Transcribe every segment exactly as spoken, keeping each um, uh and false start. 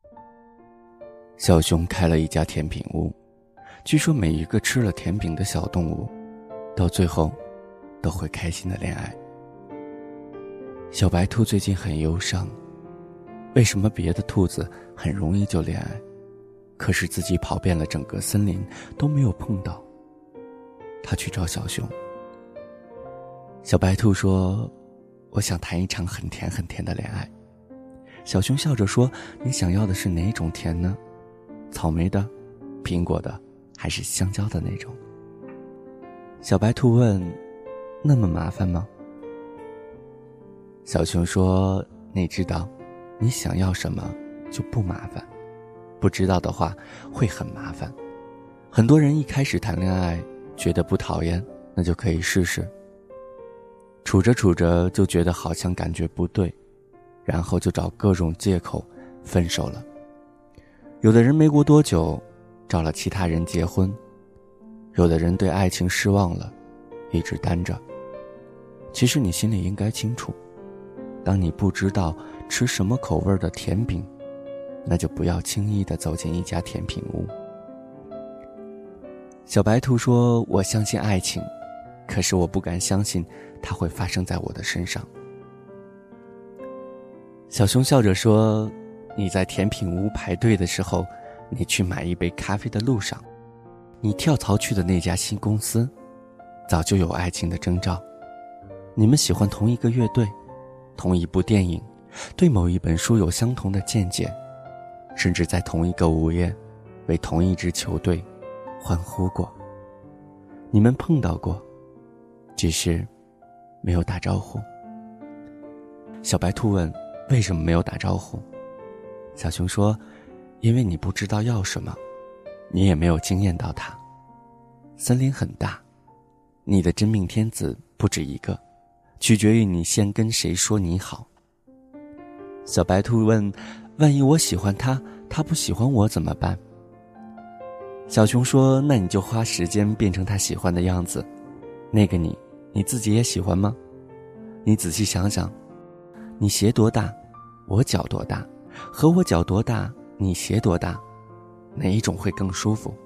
小熊开了一家甜品屋，据说每一个吃了甜饼的小动物，到最后都会开心的恋爱。小白兔最近很忧伤，为什么别的兔子很容易就恋爱，可是自己跑遍了整个森林都没有碰到？他去找小熊。小白兔说，我想谈一场很甜很甜的恋爱。小熊笑着说，你想要的是哪种甜呢？草莓的、苹果的，还是香蕉的那种？小白兔问，那么麻烦吗？小熊说，你知道，你想要什么就不麻烦，不知道的话会很麻烦。很多人一开始谈恋爱觉得不讨厌，那就可以试试，处着处着就觉得好像感觉不对，然后就找各种借口分手了。有的人没过多久找了其他人结婚，有的人对爱情失望了，一直单着。其实你心里应该清楚，当你不知道吃什么口味的甜饼，那就不要轻易地走进一家甜品屋。小白兔说，我相信爱情，可是我不敢相信它会发生在我的身上。小熊笑着说，你在甜品屋排队的时候，你去买一杯咖啡的路上，你跳槽去的那家新公司早就有爱情的征兆。你们喜欢同一个乐队，同一部电影，对某一本书有相同的见解，甚至在同一个午夜为同一支球队欢呼过。你们碰到过，只是没有打招呼。小白兔问，为什么没有打招呼？小熊说，因为你不知道要什么，你也没有惊艳到它。森林很大，你的真命天子不止一个，取决于你先跟谁说你好。小白兔问，万一我喜欢他，他不喜欢我怎么办？小熊说，那你就花时间变成他喜欢的样子。那个你，你自己也喜欢吗？你仔细想想，你鞋多大，我脚多大，和我脚多大，你鞋多大，哪一种会更舒服？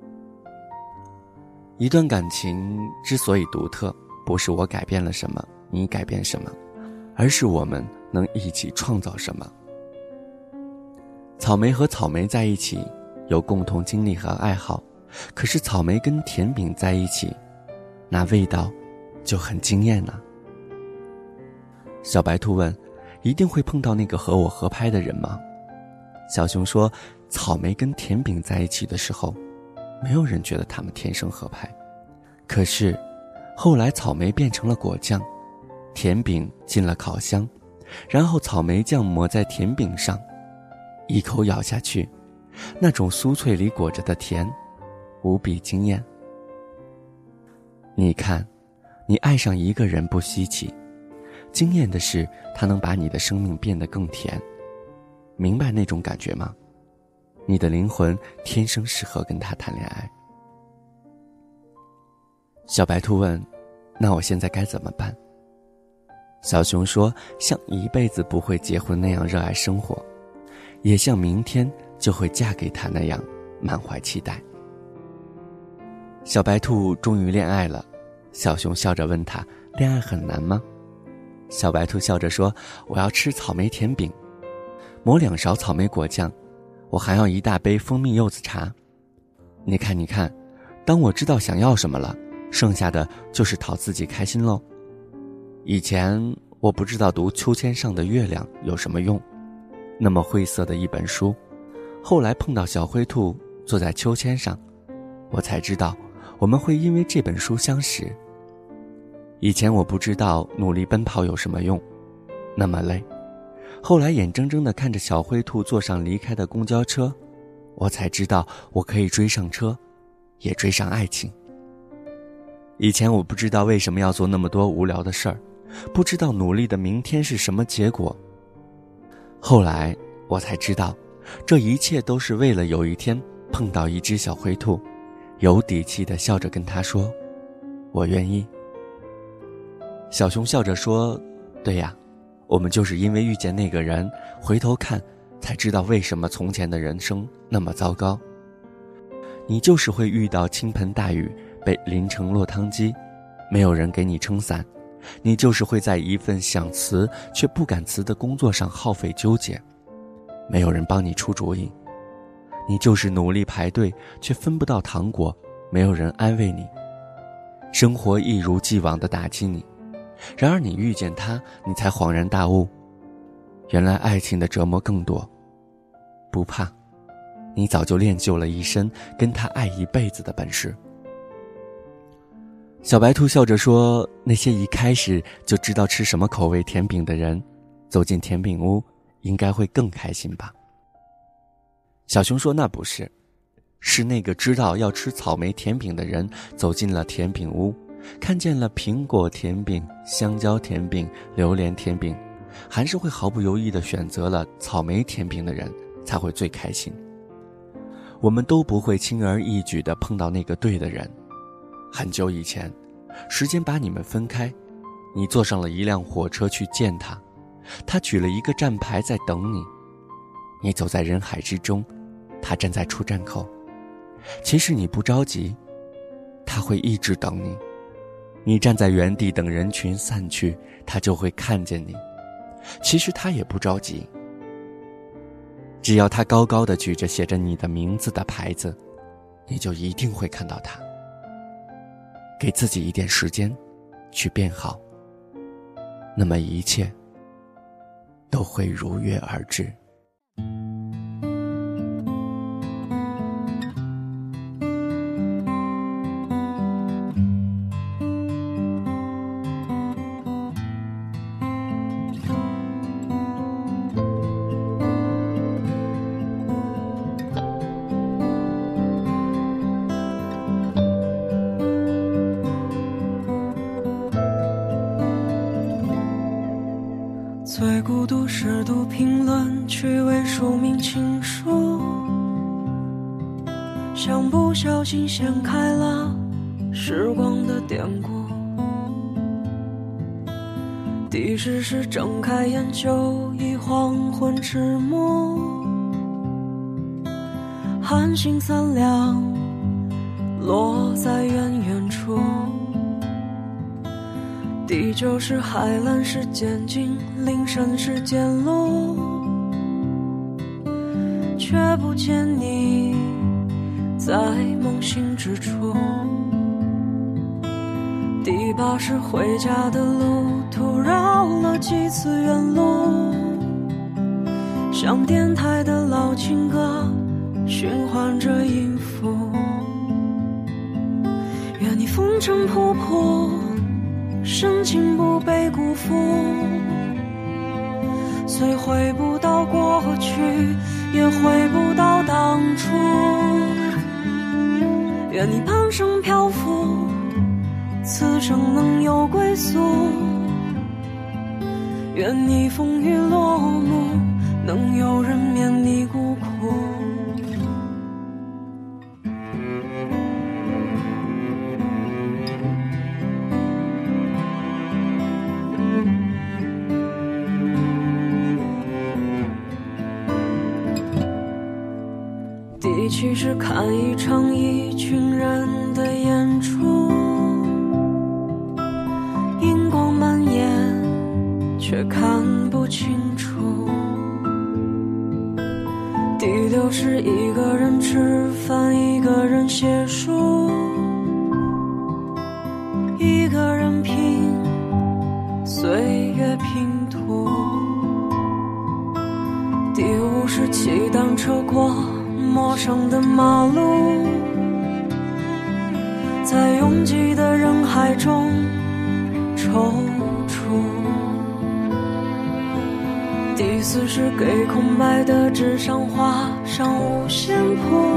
一段感情之所以独特，不是我改变了什么，你改变什么，而是我们能一起创造什么。草莓和草莓在一起有共同经历和爱好，可是草莓跟甜饼在一起，那味道就很惊艳了。小白兔问，一定会碰到那个和我合拍的人吗？小熊说，草莓跟甜饼在一起的时候，没有人觉得他们天生合拍，可是后来草莓变成了果酱，甜饼进了烤箱，然后草莓酱抹在甜饼上，一口咬下去，那种酥脆里裹着的甜，无比惊艳。你看，你爱上一个人不稀奇，惊艳的是他能把你的生命变得更甜。明白那种感觉吗？你的灵魂天生适合跟他谈恋爱。小白兔问，那我现在该怎么办？小熊说，像一辈子不会结婚那样热爱生活，也像明天就会嫁给他那样满怀期待。小白兔终于恋爱了，小熊笑着问他，恋爱很难吗？小白兔笑着说，我要吃草莓甜饼，抹两勺草莓果酱，我还要一大杯蜂蜜柚子茶。你看你看，当我知道想要什么了，剩下的就是讨自己开心喽。以前我不知道读秋千上的月亮有什么用，那么晦涩的一本书，后来碰到小灰兔坐在秋千上，我才知道我们会因为这本书相识。以前我不知道努力奔跑有什么用，那么累，后来眼睁睁地看着小灰兔坐上离开的公交车，我才知道我可以追上车，也追上爱情。以前我不知道为什么要做那么多无聊的事儿，不知道努力的明天是什么结果，后来我才知道，这一切都是为了有一天碰到一只小灰兔，有底气地笑着跟他说，我愿意。小熊笑着说，对呀，我们就是因为遇见那个人，回头看才知道为什么从前的人生那么糟糕。你就是会遇到倾盆大雨，被淋成落汤鸡，没有人给你撑伞。你就是会在一份想辞却不敢辞的工作上耗费纠结，没有人帮你出主意。你就是努力排队却分不到糖果，没有人安慰你。生活一如既往地打击你，然而你遇见他，你才恍然大悟，原来爱情的折磨更多。不怕，你早就练就了一身跟他爱一辈子的本事。小白兔笑着说，那些一开始就知道吃什么口味甜饼的人，走进甜饼屋应该会更开心吧。小熊说，那不是，是那个知道要吃草莓甜饼的人走进了甜饼屋，看见了苹果甜饼、香蕉甜饼、榴莲甜饼，还是会毫不犹豫地选择了草莓甜饼的人才会最开心。我们都不会轻而易举地碰到那个对的人。很久以前，时间把你们分开，你坐上了一辆火车去见他，他举了一个站牌在等你，你走在人海之中，他站在出站口。其实你不着急，他会一直等你。你站在原地等人群散去，他就会看见你。其实他也不着急，只要他高高的举着写着你的名字的牌子，你就一定会看到他。给自己一点时间去变好，那么一切都会如约而至。 最孤独是读评论，趣味署名情书，像不小心掀开了时光的典故。第十是睁开眼就已黄昏迟暮，寒星三两落在远远处。第九是海蓝是渐近，林深是渐露，却不见你在梦醒之处。第八是回家的路途绕了几次远路，像电台的老情歌循环着音符。愿你风尘仆仆，深情不被辜负，虽回不到过去，也回不到当初。愿你半生漂浮，此生能有归宿。愿你风雨落幕，能有人免你孤苦。第七是看一场一群人的演出，荧光蔓延却看不清楚。第六是一个人吃饭，一个人写书，一个人拼岁月拼图。第五是骑单车过陌生的马路，在拥挤的人海中踌躇。第四是给空白的纸上画上五线谱，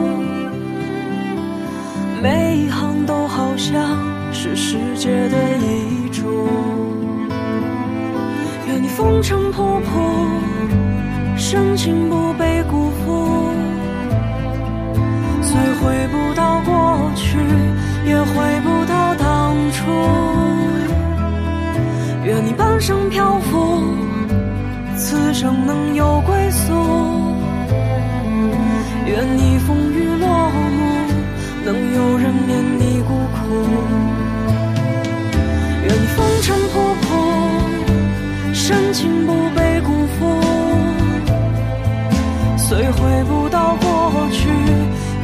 每一行都好像是世界的遗嘱。愿你风尘仆仆，深情不被辜负，虽回不到过去，也回不到当初。愿你半生漂浮，此生能有归宿。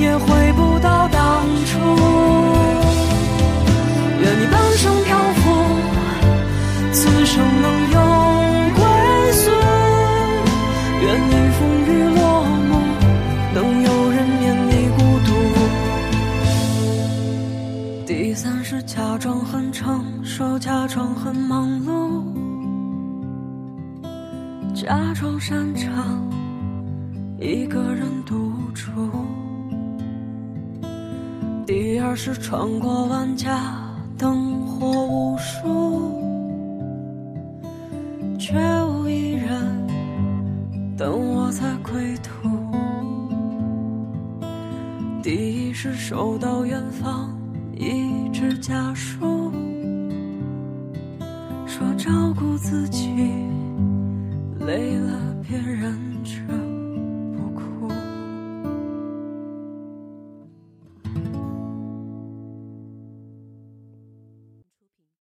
也回不到当初。愿你半生漂浮，此生能有归宿。愿你风雨落幕，能有人免你孤独。第三是假装很成熟，假装很忙碌，假装擅长一个人独处。第二是穿过万家灯火无数，却无一人等我在归途。第一是收到远方一纸家书，说照顾自己累了别人